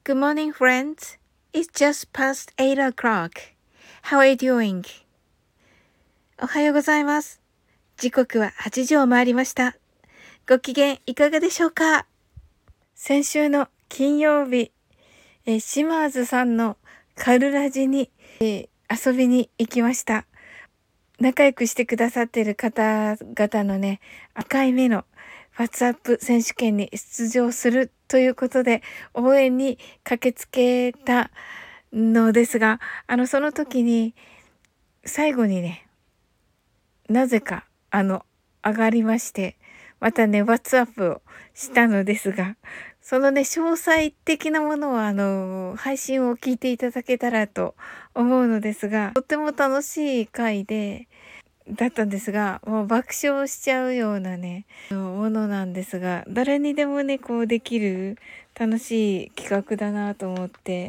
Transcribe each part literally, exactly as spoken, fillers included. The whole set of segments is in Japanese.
Good morning, friends. It's just past eight o'clock. How are you doing? おはようございます。時刻ははちじを回りました。ご機嫌いかがでしょうか？先週の金曜日、え島津さんのカルラジに、え遊びに行きました。仲良くしてくださっている方々のね、赤い目のWhatsApp 選手権に出場するということで応援に駆けつけたのですが、あのその時に最後にね、なぜかあの上がりまして、またね WhatsApp をしたのですが、そのね詳細的なものはあの配信を聞いていただけたらと思うのですが、とっても楽しい回でだったんですが、もう爆笑しちゃうようなねものなんですが、誰にでもねこうできる楽しい企画だなと思って、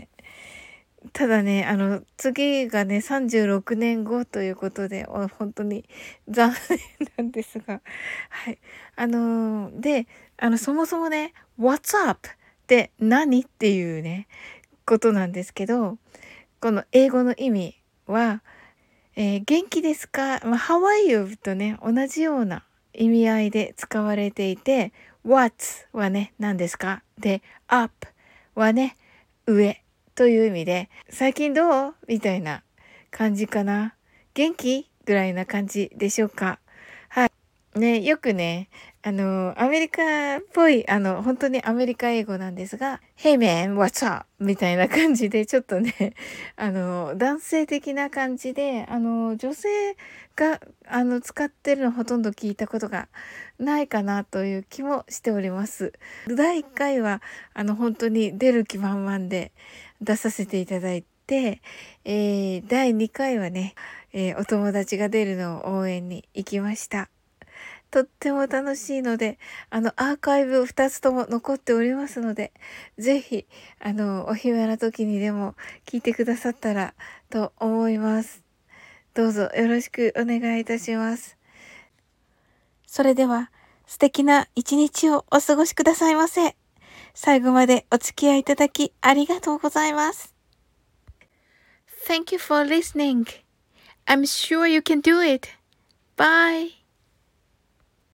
ただねあの次がねさんじゅうろくねんごということで本当に残念なんですが、はいあのー、であのそもそもね What's up って何っていうねことなんですけど、この英語の意味はえー、元気ですか、まあ、How are you とね同じような意味合いで使われていて、 What はね何ですかで、 Up はね上という意味で、最近どうみたいな感じかな、元気ぐらいな感じでしょうか。はいね、よくねあのアメリカっぽいあの本当にアメリカ英語なんですが、 Hey man, what's up? みたいな感じでちょっとねあの男性的な感じで、あの女性があの使ってるのほとんど聞いたことがないかなという気もしております。だいいっかいはあの本当に出る気満々で出させていただいて、えー、だいにかいはね、えー、お友達が出るのを応援に行きました。とっても楽しいので、あのアーカイブふたつとも残っておりますので、ぜひあのお暇な時にでも聞いてくださったらと思います。どうぞよろしくお願いいたします。それでは素敵な一日をお過ごしくださいませ。最後までお付き合いいただきありがとうございます。Thank you for listening. I'm sure you can do it. Bye.